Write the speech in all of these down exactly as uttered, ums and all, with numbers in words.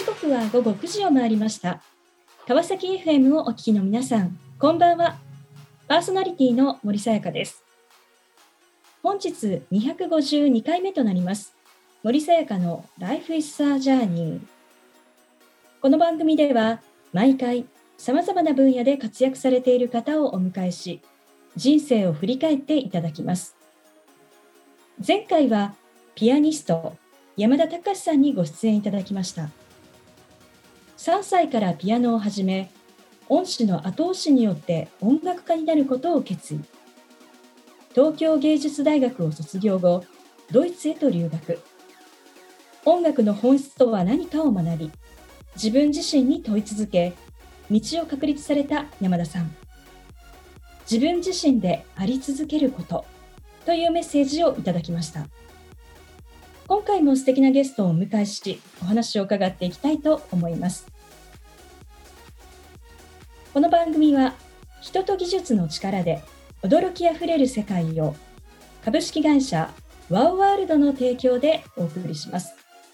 刻は午後くじを回りました。川崎 エフエム をお聞きの皆さん、こんばんは。パーソナリティの森さやかです。本日にひゃくごじゅうにかいめとなります。森さやかの Life is a Journey。この番組では毎回さまざまな分野で活躍されている方をお迎えし、人生を振り返っていただきます。前回はピアニスト山田隆さんにご出演いただきました。さんさいからピアノを始め、恩師の後押しによって音楽家になることを決意。東京芸術大学を卒業後、ドイツへと留学。音楽の本質とは何かを学び、自分自身に問い続け、道を確立された山田さん。自分自身であり続けることというメッセージをいただきました。今回も素敵なゲストをお迎えし、お話を伺っていきたいと思います。この番組は、人と技術の力で驚きあふれる世界を、株式会社ワウワールドの提供でお送りします。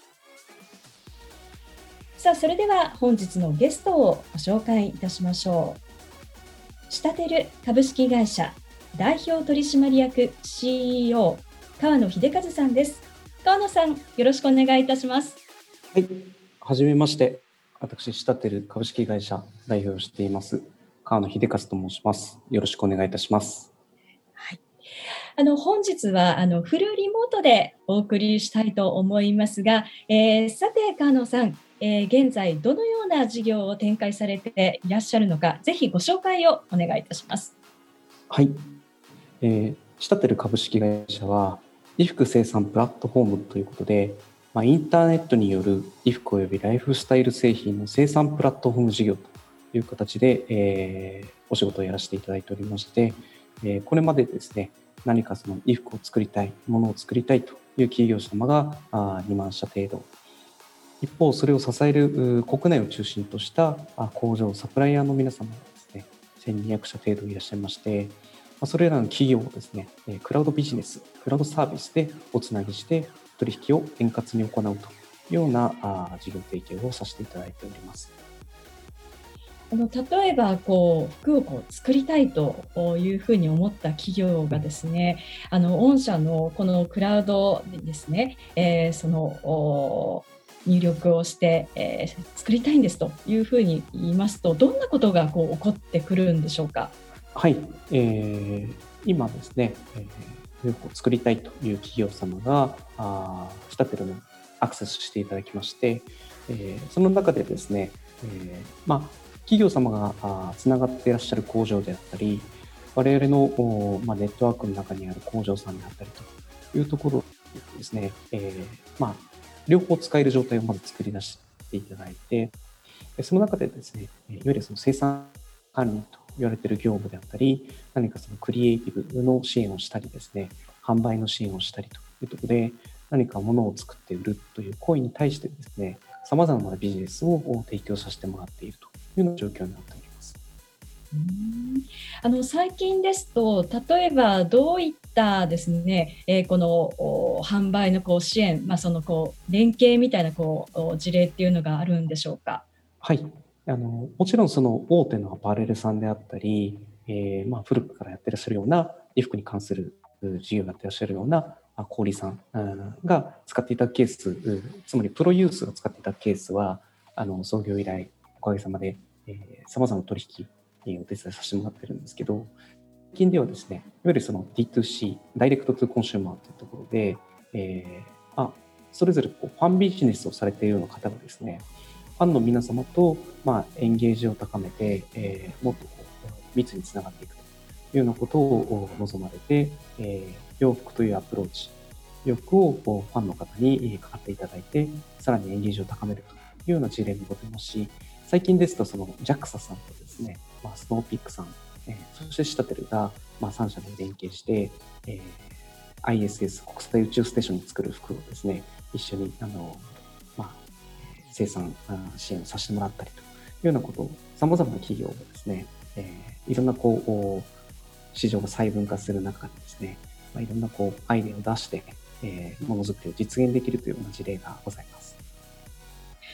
さあ、それでは本日のゲストをご紹介いたしましょう。シタテル株式会社代表取締役 シーイーオー 川野秀和さんです。川野さん、よろしくお願いいたします。 はい、はじめまして。私、シタテル株式会社代表をしています川野秀和と申します。よろしくお願いいたします。 はい、あの本日はあのフルリモートでお送りしたいと思いますが、えー、さて川野さん、えー、現在どのような事業を展開されていらっしゃるのか、ぜひご紹介をお願いいたします。 はい、えー、シタテル株式会社は衣服生産プラットフォームということで、まあ、インターネットによる衣服およびライフスタイル製品の生産プラットフォーム事業という形で、えー、お仕事をやらせていただいておりまして、えー、これまでですね、何かその衣服を作りたい、ものを作りたいという企業様があにまんしゃ程度。一方、それを支える国内を中心とした工場、サプライヤーの皆様がですね、せんにひゃくしゃ程度いらっしゃいまして、それらの企業をですね、クラウドビジネス、クラウドサービスでおつなぎして取引を円滑に行うというような事業提携をさせていただいております。 あの例えばこう服をこう作りたいというふうに思った企業がですね、あの御社のこのクラウドでですね、えー、その入力をして、えー、作りたいんですというふうに言いますと、どんなことがこう起こってくるんでしょうか。 はい、えー、今ですね、えー服を作りたいという企業様がシタテルのアクセスしていただきまして、えー、その中でですね、えー、まあ企業様がつながっていらっしゃる工場であったり、我々の、まあ、ネットワークの中にある工場さんであったりというところですね、えーまあ、両方使える状態をまず作り出していただいて、その中でですね、いわゆるその生産管理と言われている業務であったり、何かそのクリエイティブの支援をしたりですね、販売の支援をしたりというところで、何か物を作って売るという行為に対してですね、様々なビジネスを提供させてもらっているというような状況になっております。 うーんあの最近ですと、例えばどういったですね、えー、この販売のこう支援、まあ、そのこう連携みたいなこう事例っていうのがあるんでしょうか。 はい、あのもちろんその大手のアパレルさんであったり、えーまあ、古くからやってらっしゃるような衣服に関する事業をやってらっしゃるような小売さんが使っていただくケース、つまりプロユースが使っていただくケースは、あの創業以来おかげさまでさまざまな取引をお手伝いさせてもらってるんですけど、最近ではですね、いわゆるその ディーツーシー、ダイレクトトゥコンシューマーというところで、えー、あそれぞれこうファンビジネスをされているような方がですね、ファンの皆様と、まあ、エンゲージを高めて、えー、もっとこう密につながっていくというようなことを望まれて、えー、洋服というアプローチ、洋服をこうファンの方に買っていただいて、さらにエンゲージを高めるというような事例もございますし、最近ですとその ジャクサ さんとですね、まあ、スノーピックさん、えー、そしてシタテルが、まあ、さん社で連携して、えー、アイエスエス 国際宇宙ステーションに作る服をですね、一緒にあの、まあ、生産支援をさせてもらったりというようなことを、さまざまな企業がですね、えー、いろんなこう市場が細分化する中でですね、まあ、いろんなこうアイデアを出して、えー、ものづくりを実現できるというような事例がございます。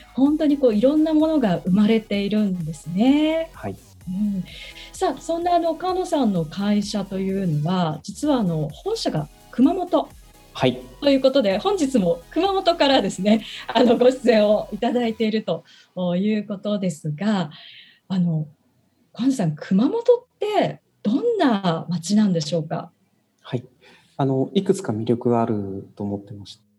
本当にこういろんなものが生まれているんですね。 はい。 うん、さあ、そんなあの川野さんの会社というのは実はあの本社が熊本はい。 ということで、本日も熊本からですね、あのご出演をいただいているということですが、あの川野さん、熊本ってどんな街なんでしょうか？ はい。あの、いくつか魅力があると思ってまして、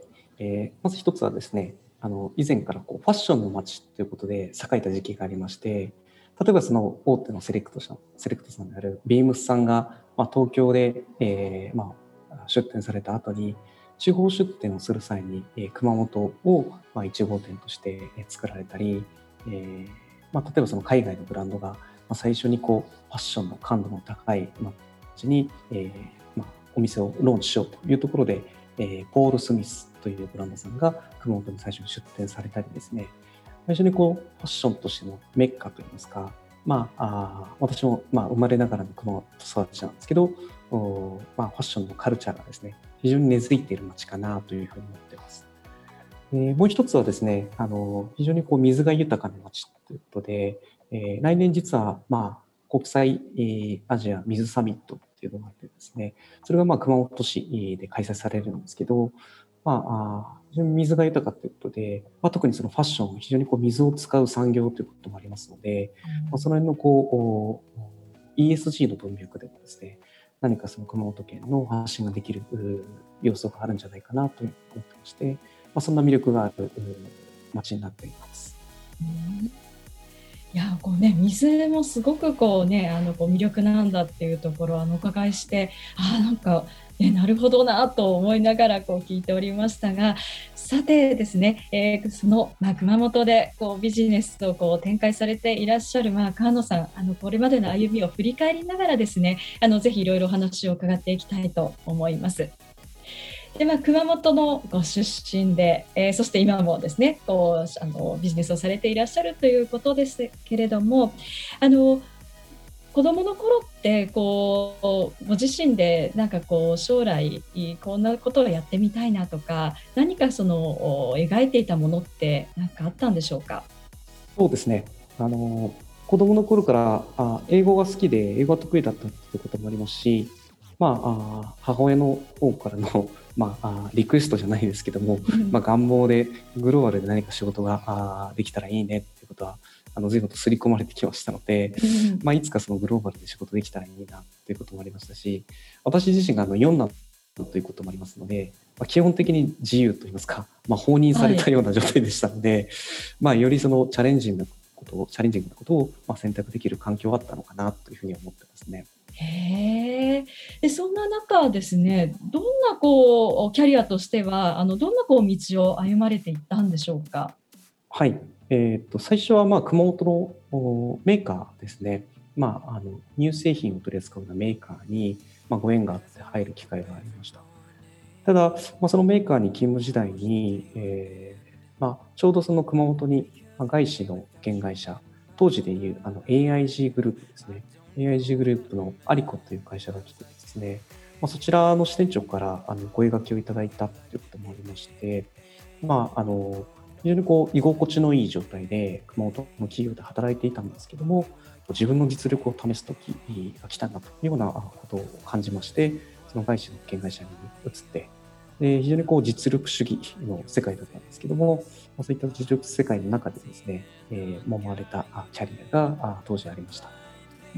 えーまず一つはですね、あの、以前からこうファッションの街ということで栄えた時期がありまして、例えばその大手のセレクトさん、セレクトさんであるビームスさんが、まあ、東京で、えーまあ、出店された後に、地方出店をする際に、えー熊本を、まあ、いち号店としてえー作られたり、えーまあ、例えばその海外のブランドが、まあ、最初にこうファッションの感度の高い、まあに、えーまあ、お店をローンチしようというところで、えー、ポール・スミスというブランドさんが熊本に最初に出店されたりですね、最初にこうファッションとしてのメッカといいますか、まあ、あ私も、まあ、生まれながらの熊本育ちなんですけど、おまあ、ファッションのカルチャーがですね、非常に根付いている街かなというふうに思っています。えーもう一つはですね、あの非常にこう水が豊かな街ということで、えー来年実は、まあ、国際、えーアジア水サミットっていうのがあってですね、それがまあ熊本市で開催されるんですけど、まあ、あ非常に水が豊かということで、まあ、特にそのファッション、非常にこう水を使う産業ということもありますので、まあ、その辺のこう、お イーエスジー の文脈でもですね、何かその熊本県の発信ができるう要素があるんじゃないかなと思ってまして、まあ、そんな魅力があるう街になっています。 うん、いやこうね、水もすごくこう、ね、あのこう魅力なんだっていうところをあのお伺いして、あなんか、ね、なるほどなと思いながらこう聞いておりましたが、さてですね、えーその、まあ、熊本でこうビジネスをこう展開されていらっしゃる、まあ、川野さん、あのこれまでの歩みを振り返りながらですね、あのぜひいろいろ話を伺っていきたいと思います。でまあ、熊本のご出身で、えーそして今もですねこうあのビジネスをされていらっしゃるということですけれども、あの子どもの頃ってこうご自身でなんかこう将来こんなことをやってみたいなとか、何かその描いていたものって何かあったんでしょうか？ そうですね。あの、子供の頃からあ英語が好きで、英語が得意だったっていうこともありますし、まあ、あ母親の方からの、まあ、あリクエストじゃないですけども、まあ、願望でグローバルで何か仕事があできたらいいねっていうことは、あの随分と刷り込まれてきましたので、まあ、いつかそのグローバルで仕事できたらいいなっていうこともありましたし、私自身があのよん男ということもありますので、まあ、基本的に自由といいますか、まあ、放任されたような状態でしたので、はい、まあ、よりそのチャレンジングなことを、チャレンジングなことをまあ選択できる環境があったのかなというふうに思ってますね。 へえ。で、そんな中ですね、どんなこうキャリアとしては、あのどんなこう道を歩まれていったんでしょうか？ はい。えっと、最初はまあ熊本のおメーカーですね。まあ、あの乳製品を取り扱うようなメーカーに、まあ、ご縁があって入る機会がありました。ただ、まあ、そのメーカーに勤務時代に、えーまあ、ちょうどその熊本に、まあ、外資の県会社、当時でいうあの エーアイジー グループですね。エーアイジー グループのアリコという会社が来てですね、まあ、そちらの支店長からあの声掛けをいただいたということもありまして、まあ、あの非常にこう居心地のいい状態で熊本の企業で働いていたんですけども、自分の実力を試す時が来たなというようなことを感じまして、その外資の県会社に移って、で非常にこう実力主義の世界だったんですけども、そういった実力世界の中でですね、えー、揉まれたキャリアが当時ありました。 うん、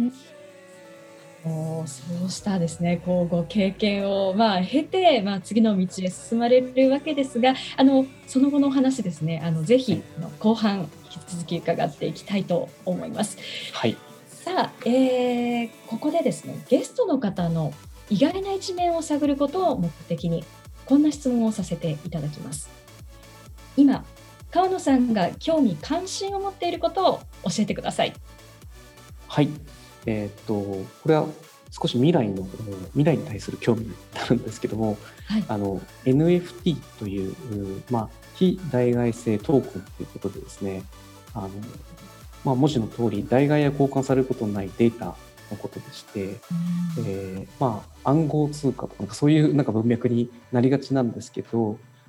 もうそうしたですね、こうご経験をまあ経て、まあ、次の道へ進まれるわけですが、あのその後のお話ですね、あのぜひの後半引き続き伺っていきたいと思います。 はい。 さあ、えー、ここでですね、ゲストの方の意外な一面を探ることを目的に、こんな質問をさせていただきます。今、川野さんが興味関心を持っていることを教えてください。 はい。えーっと、これは少し未来の、未来に対する興味になるんですけども、はい、あの、エヌエフティー という、まあ、非代替性トークンということでですね、あの、まあ、文字の通り、代替や交換されることのないデータのことでして、えー、まあ、暗号通貨とか、なんかそういうなんか文脈になりがちなんですけど、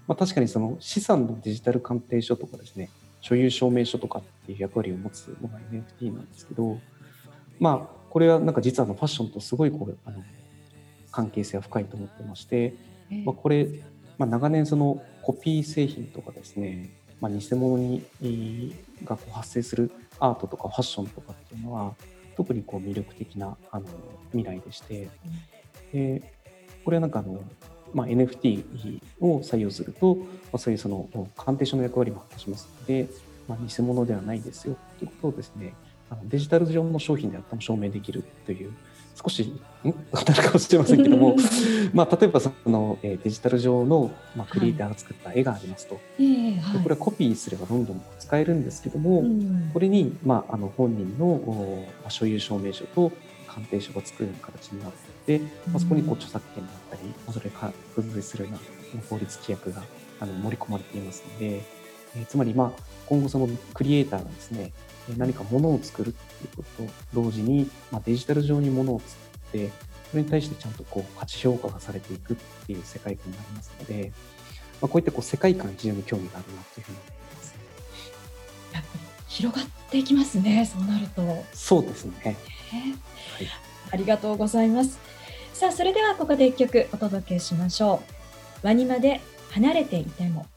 まあ、確かにその資産のデジタル鑑定書とかですね、所有証明書とかっていう役割を持つのが エヌエフティー なんですけど、まあ、これはなんか実はあのファッションとすごいこうあの関係性は深いと思ってまして、まあ、これ、まあ、長年そのコピー製品とかですね、まあ、偽物にがこう発生するアートとかファッションとかっていうのは特にこう魅力的なあの未来でして、でこれはなんかあの、まあ、エヌエフティー を採用すると、まあ、そういうその鑑定書の役割も果たしますので、まあ、偽物ではないですよということをですね、あのデジタル上の商品であっても証明できるという、少しん当たるかもしれませんけどもまあ例えばその、えー、デジタル上の、まあ、クリエイターが作った絵がありますと、はいでこれはコピーすればどんどん使えるんですけども、うん、これに、まあ、あの本人の所有証明書と鑑定書が作るような形になっていて、まあ、そこにこう著作権だったり、まあ、それが付随するような法律規約があの盛り込まれていますので、えー、つまり、まあ、今後そのクリエイターがですね、何かものを作るっていうことと同時に、まあ、デジタル上にものを作ってそれに対してちゃんとこう価値評価がされていくっていう世界観になりますので、まあ、こういったこう世界観に非常に興味があるなというふうに思います。 やっぱり広がっていきますね、そうなると。 そうですね、えーはい、 ありがとうございます。さあ、それではここでいっきょくお届けしましょう。ワニマで離れていても。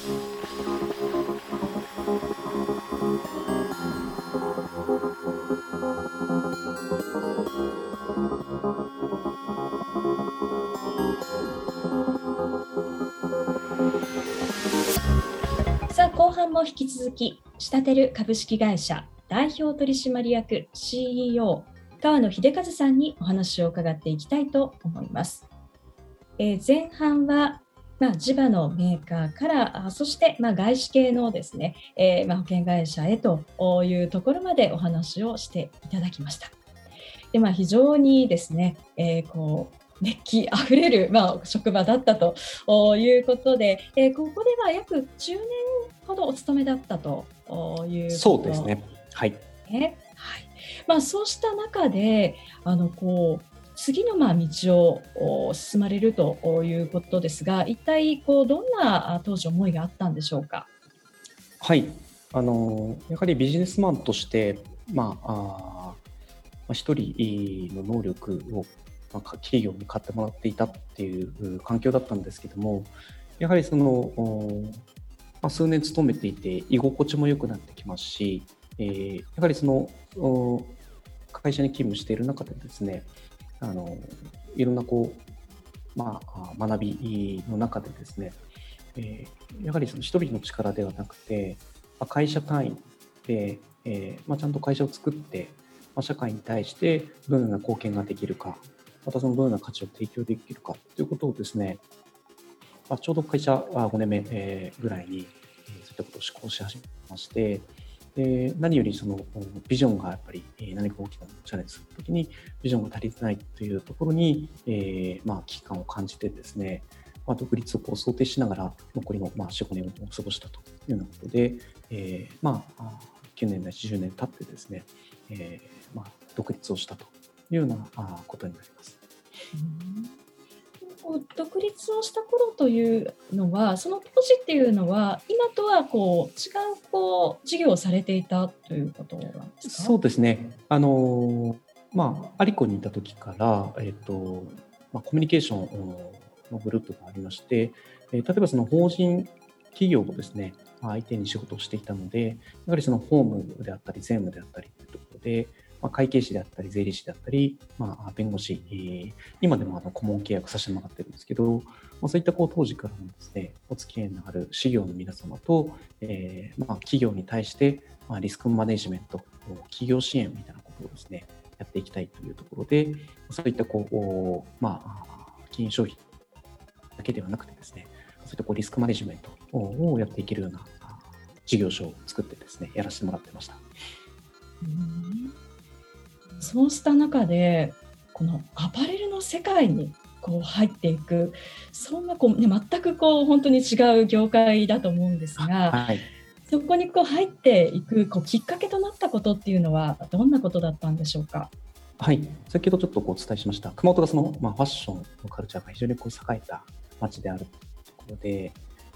さあ、後半も引き続きシタテル株式会社代表取締役 シーイーオー 川野秀和さんにお話を伺っていきたいと思います。えー、前半はまあ、地場のメーカーから、そして、まあ、外資系のですね、えーまあ、保険会社へというところまでお話をしていただきました。で、まあ、非常にですね、えー、こう熱気あふれる、まあ、職場だったということで、えー、ここでは約じゅうねんほどお勤めだったということそうですね。はい。 ね、はい。まあ、そうした中で、あのこう次のまあ道を進まれるということですが、一体こうどんな当時思いがあったんでしょうか。 はい、あのやはりビジネスマンとして、まあ、あ一人の能力を企業に買ってもらっていたっていう環境だったんですけども、やはりその、まあ、数年勤めていて居心地も良くなってきますし、えー、やはりその会社に勤務している中でですね、あのいろんなこう、まあ、学びの中でですね、えー、やはりその一人の力ではなくて、まあ、会社単位で、えーまあ、ちゃんと会社を作って、まあ、社会に対してどのような貢献ができるか、またそのどのような価値を提供できるかということをですね、まあ、ちょうど会社ごねんめ、えー、ぐらいに、えー、そういったことを施行し始めまして、で何よりそのビジョンがやっぱり何か大きなチャレンジするときにビジョンが足りてないというところに、えーまあ、危機感を感じてですね、まあ、独立をこう想定しながら残りのまあよん、ごねんを過ごしたというようなことで、えー、まあきゅうねんないしじゅうねん経ってですね、えーまあ、独立をしたというようなことになります。 うん独立をした頃というのは、その当時っていうのは今とはこう違うこう事業をされていたということなんですか？ そうですね。あのまあアリコにいた時から、えっとまあ、コミュニケーションのグループがありまして、えー、例えばその法人企業をですね、まあ、相手に仕事をしていたので、やはりその法務であったり税務であったりというところで、まあ、会計士であったり税理士であったり、まあ、弁護士、えー、今でもあの顧問契約させてもらってるんですけど、まあ、そういったこう当時からのですね、お付き合いのある事業の皆様と、えーまあ、企業に対して、まあ、リスクマネジメント、企業支援みたいなことをですね、やっていきたいというところで、そういったこう、まあ、金融商品だけではなくてですね、そういったこうリスクマネジメントをやっていけるような事業所を作ってですね、やらせてもらってました。 うんそうした中でこのアパレルの世界にこう入っていく、そんなこう、ね、全くこう本当に違う業界だと思うんですが、はい、そこにこう入っていくこうきっかけとなったことっていうのはどんなことだったんでしょうか？ はい、先ほどちょっとお伝えしました熊本がその、まあ、ファッションのカルチャーが非常にこう栄えた街であるところで、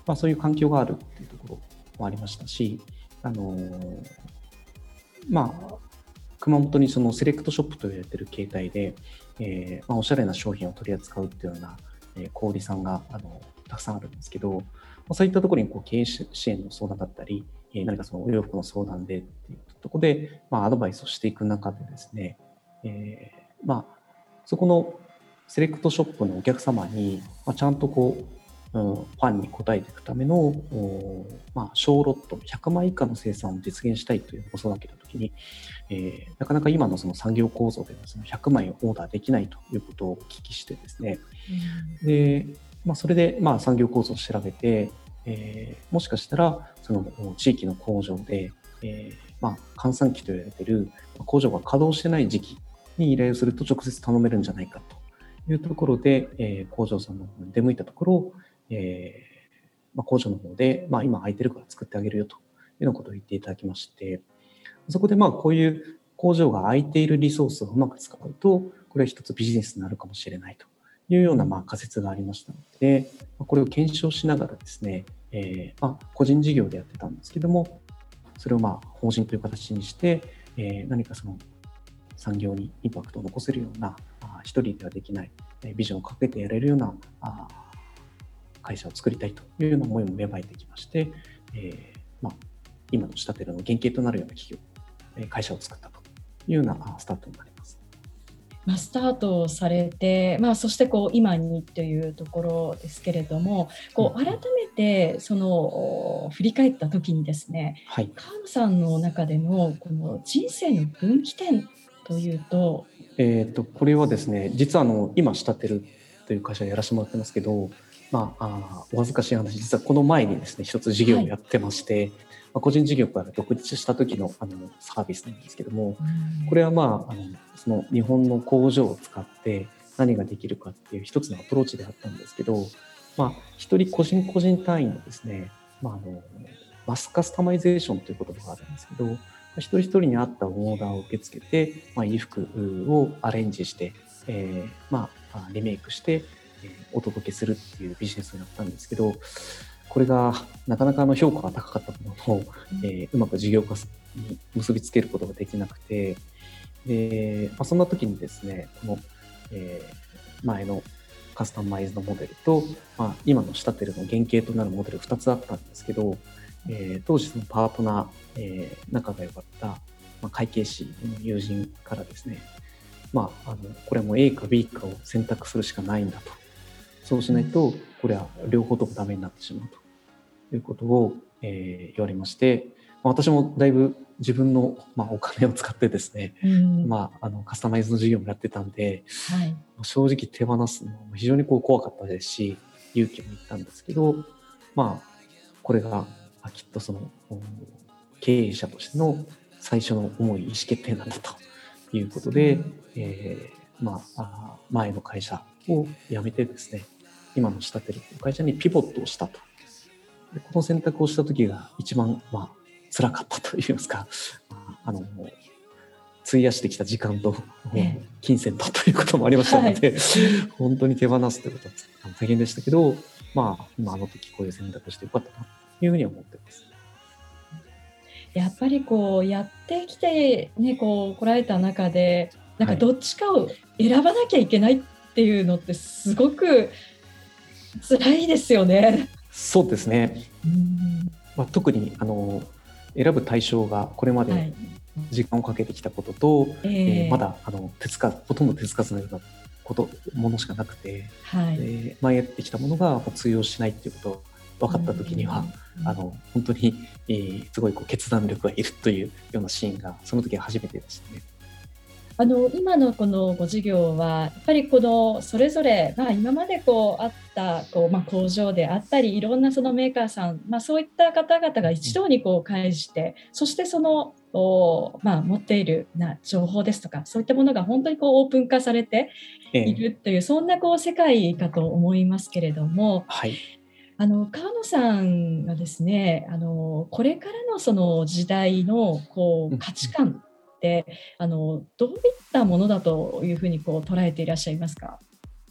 まあ、そういう環境があるっていうところもありましたし、あのまあ、熊本にそのセレクトショップと言われている形態で、えーまあ、おしゃれな商品を取り扱うっていうような、えー、小売さんがあのたくさんあるんですけど、まあ、そういったところにこう経営支援の相談だったり、えー、何かそのお洋服の相談でっていうところで、まあ、アドバイスをしていく中でですね、えーまあ、そこのセレクトショップのお客様に、まあ、ちゃんとこううん、ファンに応えていくための、まあ、小ロットひゃくまい以下の生産を実現したいというご相談を受けたときに、えー、なかなか今のその産業構造でそのひゃくまいをオーダーできないということをお聞きしてですね、うん、で、まあ、それでまあ産業構造を調べて、えー、もしかしたらその地域の工場で、えーまあ、閑散期と言われている工場が稼働してない時期に依頼をすると直接頼めるんじゃないかというところで、えー、工場さんの方に出向いたところ、えーまあ、工場の方で、まあ、今空いてるから作ってあげるよというようなことを言っていただきまして、そこでまあこういう工場が空いているリソースをうまく使うと、これは一つビジネスになるかもしれないというようなまあ仮説がありましたので、これを検証しながらですね、えー、まあ個人事業でやってたんですけども、それをまあ法人という形にして、えー、何かその産業にインパクトを残せるような、一人ではできないビジョンをかけてやれるような会社を作りたいというような思いも芽生えてきまして、えーまあ、今の仕立てるの原型となるような企業、会社を作ったというようなスタートになります。 まあ、スタートされて、まあ、そしてこう今にというところですけれども、こう改めてその振り返った時にですね、はい、川野さんの中でのこの人生の分岐点というと、 えー、とこれはですね、実はあの今仕立てるという会社をやらせてもらってますけど、まあ、あお恥ずかしい話、実はこの前にですね一つ事業をやってまして、はい、まあ、個人事業から独立した時のあのサービスなんですけども、これはまああのその日本の工場を使って何ができるかっていう一つのアプローチであったんですけど、まあ、一人個人個人単位のですね、まあ、あのマスカスタマイゼーションという言葉があるんですけど、一人一人に合ったオーダーを受け付けて、まあ、衣服をアレンジして、えーまあ、リメイクして、えー、お届けするっていうビジネスをやったんですけど、これがなかなかの評価が高かったものを、えー、うまく事業化に結びつけることができなくて、で、まあ、そんな時にですね、この、えー、前のカスタマイズのモデルと、まあ、今の仕立てるの原型となるモデルふたつあったんですけど、えー、当時そのパートナー、えー、仲が良かった、まあ、会計士の友人からですね、まあ、あのこれはもう A か B かを選択するしかないんだと。そうしないとこれは両方ともダメになってしまうということを、えー、言われまして、まあ、私もだいぶ自分の、まあ、お金を使ってですね、うんまあ、あのカスタマイズの事業もやってたんで、はい、正直手放すのも非常にこう怖かったですし、勇気もいったんですけど、まあこれがきっとその経営者としての最初の重い意思決定なんだということで、うんえーまあ、前の会社を辞めてですね、今の仕立てる会社にピボットをしたと。でこの選択をした時が一番、まあ、辛かったといいますか、あの費やしてきた時間と、ね、金銭とということもありましたので、はい、本当に手放すということは大変でしたけど、まあ、今あの時こういう選択をしてよかったなというふうに思ってます。 やっぱりこうやってきてね、こう来られた中で、なんかどっちかを選ばなきゃいけないっていうのってすごく辛いですよね。 そうですね。うんまあ、特にあの選ぶ対象がこれまで時間をかけてきたことと、はいえーえー、まだあの手つかほとんど手つかずのようなことものしかなくて、はいえー、前やってきたものが通用しないっていうことが分かった時には、うん、あの本当に、えー、すごいこう決断力がいるというようなシーンがその時は初めてでしたね。 あの今のこのご事業はやっぱりこのそれぞれ、まあ、今までこうあったこう、まあ、工場であったりいろんなそのメーカーさん、まあ、そういった方々が一堂にこう会してそしてそのまあ、持っているな情報ですとかそういったものが本当にこうオープン化されているという、ええ、そんなこう世界かと思いますけれども、はい、あの川野さんがですねあのこれからのその時代のこう価値観って、うん、あのどういったものだというふうにこう捉えていらっしゃいますか？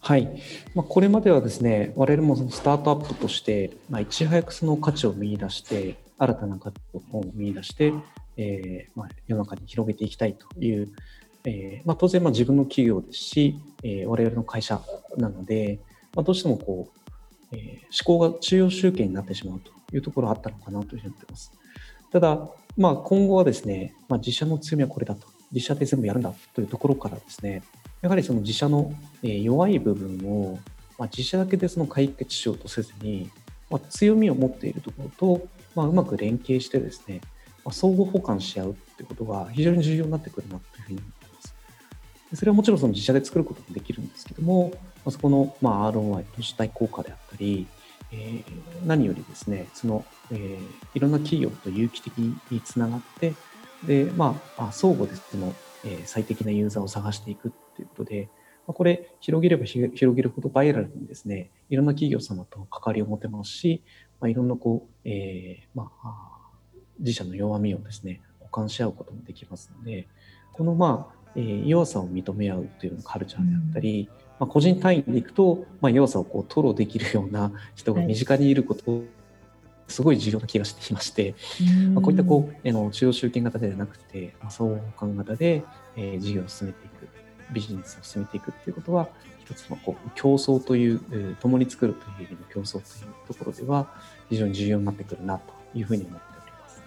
はい、まあ、これまではですね、我々もそのスタートアップとして、まあ、いち早くその価値を見出して、新たな価値を見出して、えーまあ、世の中に広げていきたいという、えーまあ、当然まあ自分の企業ですし、えー、我々の会社なので、まあ、どうしてもこう、えー、思考が中央集権になってしまうというところがあったのかなというふうに思っています。ただ、まあ、今後はですね、まあ、自社の強みはこれだと、自社で全部やるんだというところからですね、やはりその自社の弱い部分を、まあ、自社だけでその解決しようとせずに、まあ、強みを持っているところと、まあ、うまく連携してですね、まあ、相互補完し合うということが非常に重要になってくるなというふうに思っています。でそれはもちろんその自社で作ることもできるんですけども、まあ、そこのまあ アールオーアイ、投資対効果であったり、えー、何よりですね、その、えー、いろんな企業と有機的につながって、で、まあ、相互でその、えー、最適なユーザーを探していくということで、まあ、これ、広げれば広げるほどバイラルにですね、いろんな企業様と関わりを持てますし、まあ、いろんなこう、えー、まあ、自社の弱みをですね、補完し合うこともできますので、このまあ、えー、弱さを認め合うというカルチャーであったり、うんまあ、個人単位でいくと、まあ、弱さをこう吐露できるような人が身近にいることをすごい重要な気がしていまして、まあ、こういったこう、あの中央集権型ではなくて、まあ、相互補完型で、えー、事業を進めていく、ビジネスを進めていくっていうことは、一つのこう競争という、えー、共に作るという意味の競争というところでは、非常に重要になってくるなというふうに思っております。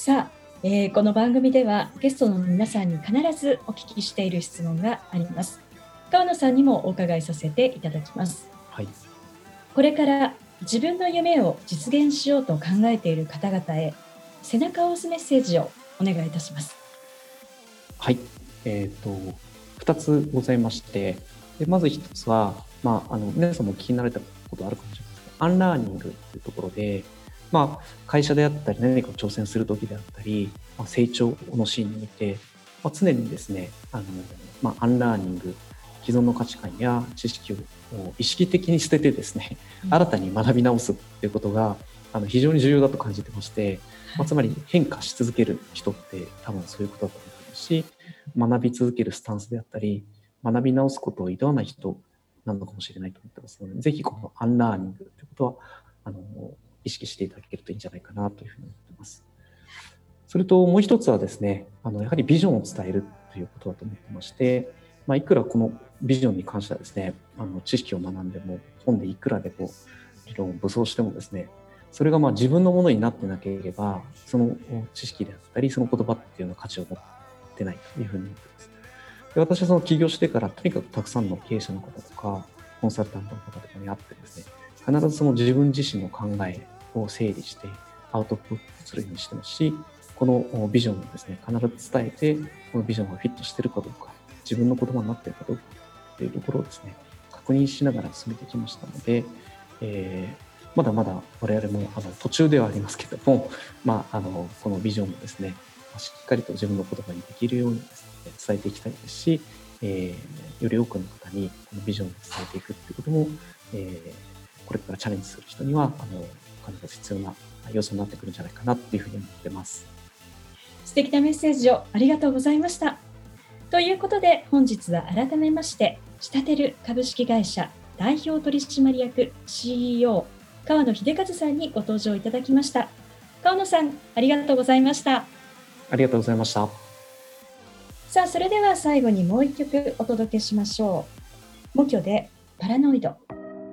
さあ、えー、この番組ではゲストの皆さんに必ずお聞きしている質問があります。川野さんにもお伺いさせていただきます。 はい。 これから自分の夢を実現しようと考えている方々へ背中を押すメッセージをお願いいたします。 はい、えーと、ふたつございまして、でまずひとつは、まあ、あの皆さんも気になられたことあるかもしれないですけど、アンラーニングというところで、まあ、会社であったり何かを挑戦する時であったり、まあ、成長のシーンにおいて、まあ、常にですね、あの、まあ、アンラーニング、既存の価値観や知識を意識的に捨ててですね、新たに学び直すっていうことがあの非常に重要だと感じてまして、まあ、つまり変化し続ける人って多分そういうことだと思ってますし、学び続けるスタンスであったり、学び直すことを厭わない人なのかもしれないと思ってますので、ぜひこのアンラーニングということはあの意識していただけるといいんじゃないかなというふうに思っています。それともう一つはですね、あのやはりビジョンを伝えるということだと思ってまして、まあ、いくらこのビジョンに関してはですね、あの知識を学んでも本でいくらでこう理論を武装してもですね、それがまあ自分のものになってなければ、その知識であったりその言葉っていうのは価値を持ってないというふうに思っています。で、私はその起業してからとにかくたくさんの経営者の方とかコンサルタントの方とかに会ってですね、必ずその自分自身の考えを整理してアウトプットするようにしてますし、このビジョンをですね、必ず伝えて、このビジョンがフィットしているかどうか、自分の言葉になっているかどうかというところをですね、確認しながら進めてきましたので、えー、まだまだ我々もあの途中ではありますけども、まあ、あのこのビジョンをですね、しっかりと自分の言葉にできるようにですね、伝えていきたいですし、えー、より多くの方にこのビジョンを伝えていくということも、えー、これからチャレンジする人にはあの必ず必要な要素になってくるんじゃないかなというふうに思っています。 素敵なメッセージをありがとうございました。ということで本日は改めましてシタテル株式会社代表取締役 シーイーオー 川野秀和さんにご登場いただきました。川野さん、ありがとうございました。 ありがとうございました。 さあ、それでは最後にもう一曲お届けしましょう。モキョでパラノイド。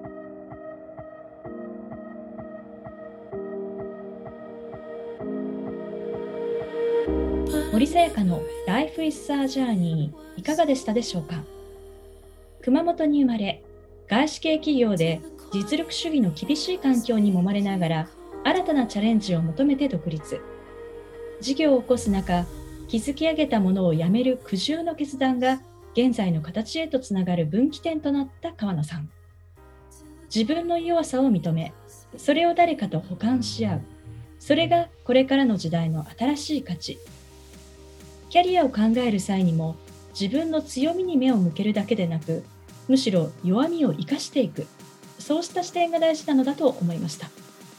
森さやかの Life is a Journey いかがでしたでしょうか。熊本に生まれ、外資系企業で実力主義の厳しい環境に揉まれながら新たなチャレンジを求めて独立。事業を起こす中、築き上げたものをやめる苦渋の決断が現在の形へとつながる分岐点となった川野さん。自分の弱さを認め、それを誰かと補完し合う。それがこれからの時代の新しい価値。キャリアを考える際にも自分の強みに目を向けるだけでなく、むしろ弱みを生かしていく、そうした視点が大事なのだと思いました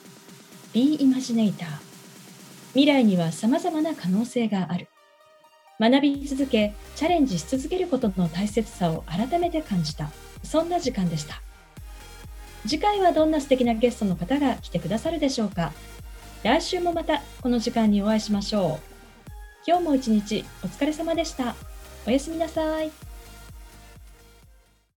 。Be Imaginator。未来には様々な可能性がある。 学び続け、チャレンジし続けることの大切さを改めて感じた。そんな時間でした。次回はどんな素敵なゲストの方が来てくださるでしょうか。来週もまたこの時間にお会いしましょう。今日も一日お疲れ様でした。おやすみなさい。